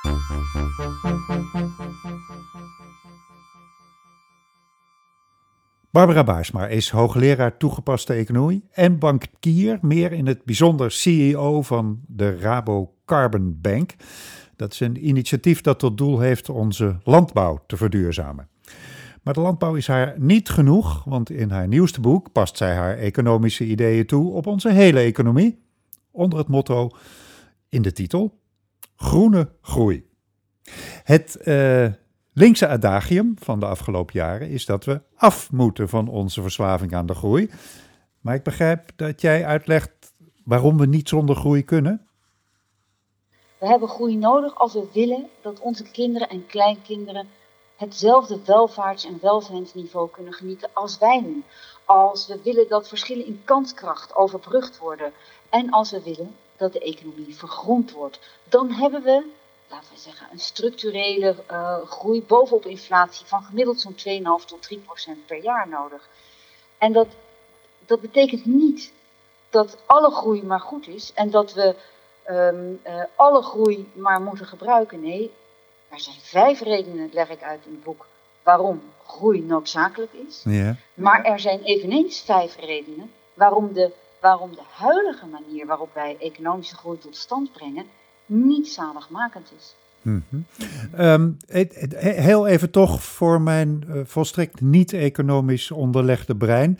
Barbara Baarsma is hoogleraar toegepaste economie en bankier, meer in het bijzonder CEO van de Rabo Carbon Bank. Dat is een initiatief dat tot doel heeft onze landbouw te verduurzamen. Maar de landbouw is haar niet genoeg, want in haar nieuwste boek past zij haar economische ideeën toe op onze hele economie. Onder het motto, in de titel, groene groei. Het linkse adagium van de afgelopen jaren is dat we af moeten van onze verslaving aan de groei. Maar ik begrijp dat jij uitlegt waarom we niet zonder groei kunnen. We hebben groei nodig als we willen dat onze kinderen en kleinkinderen hetzelfde welvaarts- en welzijnsniveau kunnen genieten als wij nu. Als we willen dat verschillen in kanskracht overbrugd worden en als we willen dat de economie vergroend wordt, dan hebben we, laten we zeggen, een structurele groei bovenop inflatie van gemiddeld zo'n 2,5 tot 3% per jaar nodig. En dat betekent niet dat alle groei maar goed is en dat we alle groei maar moeten gebruiken. Nee, er zijn 5 redenen, leg ik uit in het boek, waarom groei noodzakelijk is. Ja. Maar er zijn eveneens 5 redenen waarom de huidige manier waarop wij economische groei tot stand brengen niet zaligmakend is. Heel even toch voor mijn volstrekt niet economisch onderlegde brein.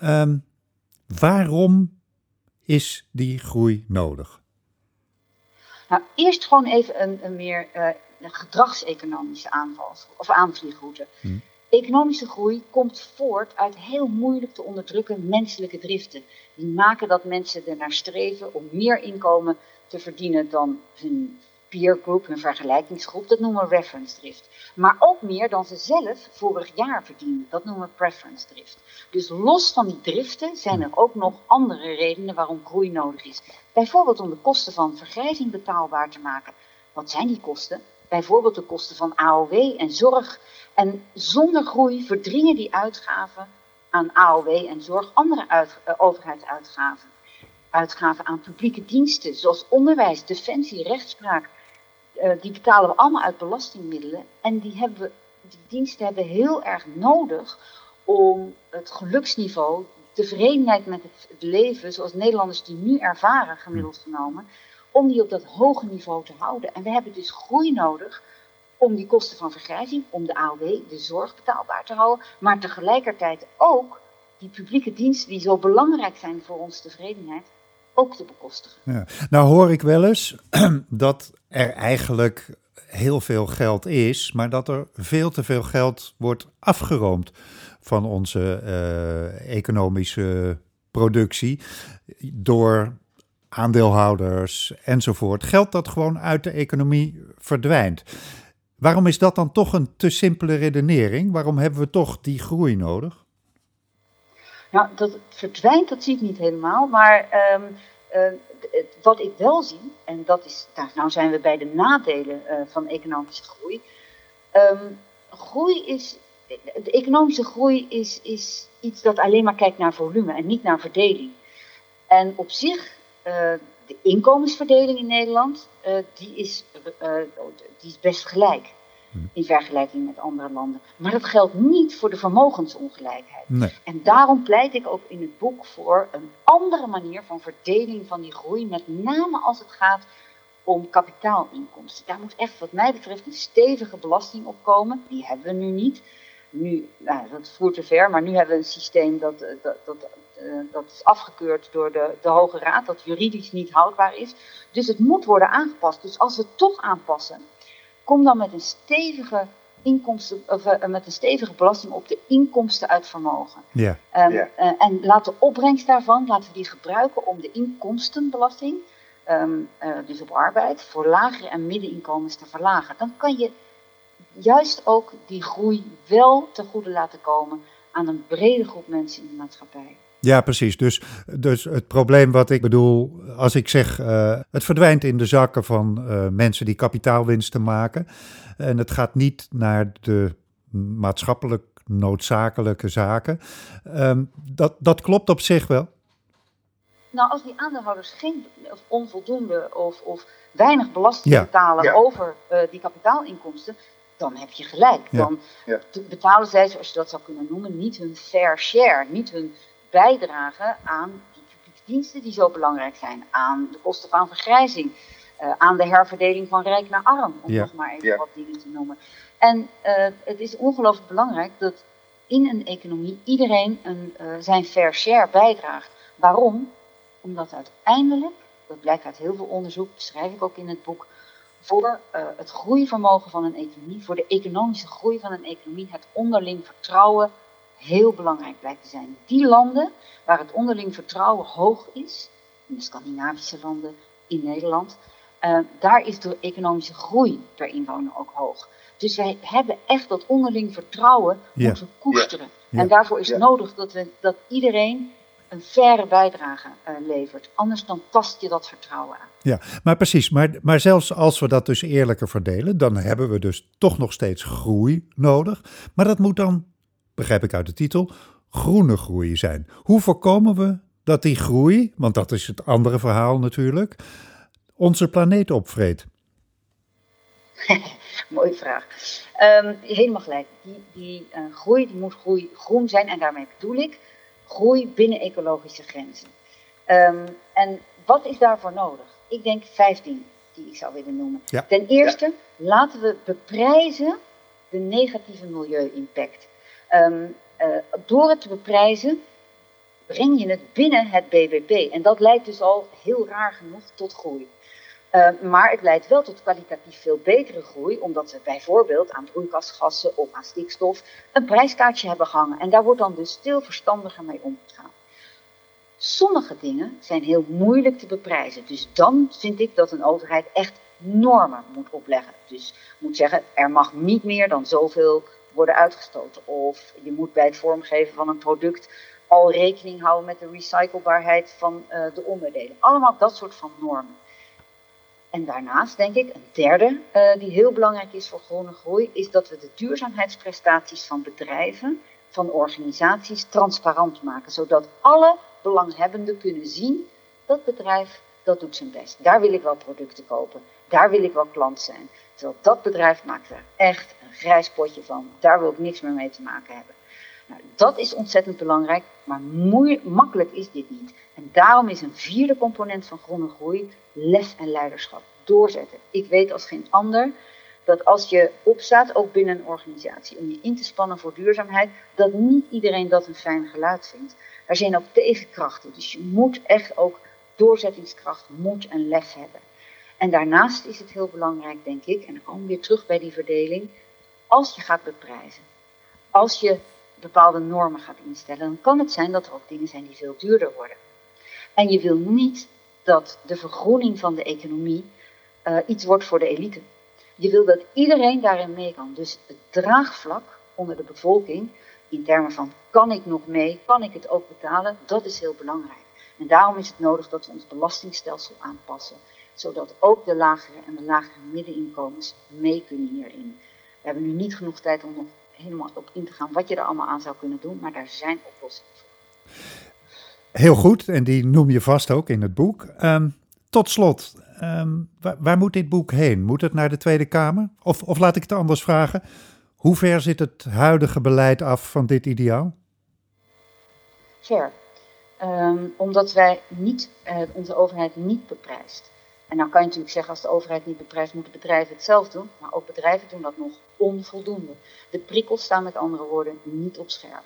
Waarom is die groei nodig? Nou, eerst gewoon even een meer gedragseconomische aanvliegroute. Economische groei komt voort uit heel moeilijk te onderdrukken menselijke driften. Die maken dat mensen ernaar streven om meer inkomen te verdienen dan hun peergroep, hun vergelijkingsgroep. Dat noemen we reference drift. Maar ook meer dan ze zelf vorig jaar verdienen. Dat noemen we preference drift. Dus los van die driften zijn er ook nog andere redenen waarom groei nodig is. Bijvoorbeeld om de kosten van vergrijzing betaalbaar te maken. Wat zijn die kosten? Bijvoorbeeld de kosten van AOW en zorg. En zonder groei verdringen die uitgaven aan AOW en zorg andere overheidsuitgaven. Uitgaven aan publieke diensten, zoals onderwijs, defensie, rechtspraak. Die betalen we allemaal uit belastingmiddelen. En die diensten hebben heel erg nodig om het geluksniveau, tevredenheid met het leven, zoals Nederlanders die nu ervaren, gemiddeld genomen, om die op dat hoge niveau te houden. En we hebben dus groei nodig om die kosten van vergrijzing, om de AOW, de zorg betaalbaar te houden, maar tegelijkertijd ook die publieke diensten die zo belangrijk zijn voor onze tevredenheid, ook te bekostigen. Ja. Nou hoor ik wel eens dat er eigenlijk heel veel geld is, maar dat er veel te veel geld wordt afgeroomd van onze economische productie door aandeelhouders enzovoort. Geld dat gewoon uit de economie verdwijnt. Waarom is dat dan toch een te simpele redenering? Waarom hebben we toch die groei nodig? Nou, dat het verdwijnt, dat zie ik niet helemaal. Maar wat ik wel zie, en dat is, nou zijn we bij de nadelen van economische groei. De economische groei is iets dat alleen maar kijkt naar volume en niet naar verdeling. En op zich, de inkomensverdeling in Nederland, die is best gelijk in vergelijking met andere landen. Maar dat geldt niet voor de vermogensongelijkheid. Nee. En daarom pleit ik ook in het boek voor een andere manier van verdeling van die groei, met name als het gaat om kapitaalinkomsten. Daar moet echt wat mij betreft een stevige belasting op komen. Die hebben we nu niet. Nu, dat voert te ver, maar nu hebben we een systeem dat is afgekeurd door de Hoge Raad, dat juridisch niet houdbaar is. Dus het moet worden aangepast. Dus als we het toch aanpassen, kom dan met een stevige belasting op de inkomsten uit vermogen. Ja. En laat de opbrengst daarvan, laten we die gebruiken om de inkomstenbelasting, dus op arbeid, voor lagere en middeninkomens te verlagen. Dan kan je juist ook die groei wel ten goede laten komen aan een brede groep mensen in de maatschappij. Ja, precies. Dus het probleem wat ik bedoel, als ik zeg, het verdwijnt in de zakken van mensen die kapitaalwinsten maken. En het gaat niet naar de maatschappelijk noodzakelijke zaken. Dat klopt op zich wel. Nou, als die aandeelhouders geen of onvoldoende of weinig belasting betalen over die kapitaalinkomsten, dan heb je gelijk. Dan betalen zij, zoals je dat zou kunnen noemen, niet hun fair share, niet hun bijdrage aan die publieke diensten die zo belangrijk zijn, aan de kosten van vergrijzing, aan de herverdeling van rijk naar arm, om nog maar even wat dingen te noemen. En het is ongelooflijk belangrijk dat in een economie iedereen zijn fair share bijdraagt. Waarom? Omdat uiteindelijk, dat blijkt uit heel veel onderzoek, beschrijf ik ook in het boek, voor het groeivermogen van een economie, voor de economische groei van een economie, het onderling vertrouwen heel belangrijk blijkt te zijn. Die landen waar het onderling vertrouwen hoog is, in de Scandinavische landen, in Nederland, daar is de economische groei per inwoner ook hoog. Dus wij hebben echt dat onderling vertrouwen moeten koesteren. Ja. En daarvoor is het nodig dat iedereen een faire bijdrage levert. Anders dan tast je dat vertrouwen aan. Ja, maar precies. Maar zelfs als we dat dus eerlijker verdelen, dan hebben we dus toch nog steeds groei nodig. Maar dat moet dan, begrijp ik uit de titel, groene groei zijn. Hoe voorkomen we dat die groei, want dat is het andere verhaal natuurlijk, onze planeet opvreet? Mooie vraag. Helemaal gelijk. Die groei die moet groen zijn en daarmee bedoel ik groei binnen ecologische grenzen. En wat is daarvoor nodig? Ik denk 5 dingen die ik zou willen noemen. Ja. Ten eerste, laten we beprijzen de negatieve milieu-impact. Door het te beprijzen breng je het binnen het BBP. En dat leidt dus al heel raar genoeg tot groei. Maar het leidt wel tot kwalitatief veel betere groei, omdat we bijvoorbeeld aan broeikasgassen of aan stikstof een prijskaartje hebben gehangen. En daar wordt dan dus veel verstandiger mee omgegaan. Sommige dingen zijn heel moeilijk te beprijzen. Dus dan vind ik dat een overheid echt normen moet opleggen. Dus moet zeggen, er mag niet meer dan zoveel worden uitgestoten. Of je moet bij het vormgeven van een product al rekening houden met de recyclebaarheid van de onderdelen. Allemaal dat soort van normen. En daarnaast denk ik, een derde die heel belangrijk is voor groene groei, is dat we de duurzaamheidsprestaties van bedrijven, van organisaties transparant maken. Zodat alle belanghebbenden kunnen zien, dat bedrijf, dat doet zijn best. Daar wil ik wel producten kopen, daar wil ik wel klant zijn. Terwijl dat bedrijf maakt er echt een grijs potje van, daar wil ik niks meer mee te maken hebben. Nou, dat is ontzettend belangrijk, maar makkelijk is dit niet. En daarom is een vierde component van groene groei lef en leiderschap. Doorzetten. Ik weet als geen ander dat als je opstaat, ook binnen een organisatie, om je in te spannen voor duurzaamheid, dat niet iedereen dat een fijn geluid vindt. Er zijn ook tegenkrachten, dus je moet echt ook doorzettingskracht, moed en lef hebben. En daarnaast is het heel belangrijk, denk ik, en dan komen we weer terug bij die verdeling, als je gaat beprijzen, als je bepaalde normen gaat instellen, dan kan het zijn dat er ook dingen zijn die veel duurder worden. En je wil niet dat de vergroening van de economie iets wordt voor de elite. Je wil dat iedereen daarin mee kan. Dus het draagvlak onder de bevolking, in termen van kan ik nog mee, kan ik het ook betalen, dat is heel belangrijk. En daarom is het nodig dat we ons belastingstelsel aanpassen, zodat ook de lagere en de lagere middeninkomens mee kunnen hierin. We hebben nu niet genoeg tijd om nog helemaal op in te gaan wat je er allemaal aan zou kunnen doen, maar daar zijn oplossingen voor. Heel goed, en die noem je vast ook in het boek. Tot slot, waar moet dit boek heen? Moet het naar de Tweede Kamer? Of laat ik het anders vragen, hoe ver zit het huidige beleid af van dit ideaal? Ver. Omdat wij onze overheid niet beprijst. En dan kan je natuurlijk zeggen, als de overheid niet beprijst, moeten bedrijven het zelf doen. Maar ook bedrijven doen dat nog onvoldoende. De prikkels staan met andere woorden niet op scherp.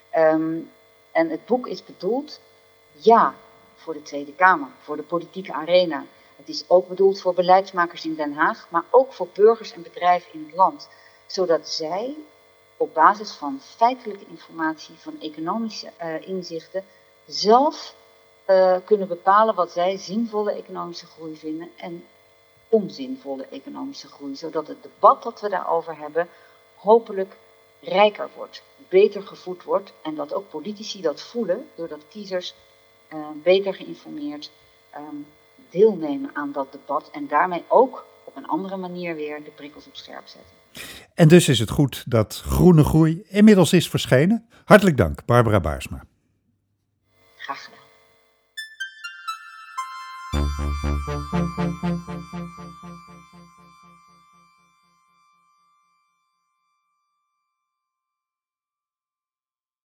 En het boek is bedoeld, voor de Tweede Kamer, voor de politieke arena. Het is ook bedoeld voor beleidsmakers in Den Haag, maar ook voor burgers en bedrijven in het land. Zodat zij op basis van feitelijke informatie, van economische inzichten, zelf kunnen bepalen wat zij zinvolle economische groei vinden en onzinvolle economische groei. Zodat het debat dat we daarover hebben hopelijk rijker wordt, beter gevoed wordt en dat ook politici dat voelen doordat kiezers beter geïnformeerd deelnemen aan dat debat en daarmee ook op een andere manier weer de prikkels op scherp zetten. En dus is het goed dat groene groei inmiddels is verschenen. Hartelijk dank, Barbara Baarsma. Graag gedaan.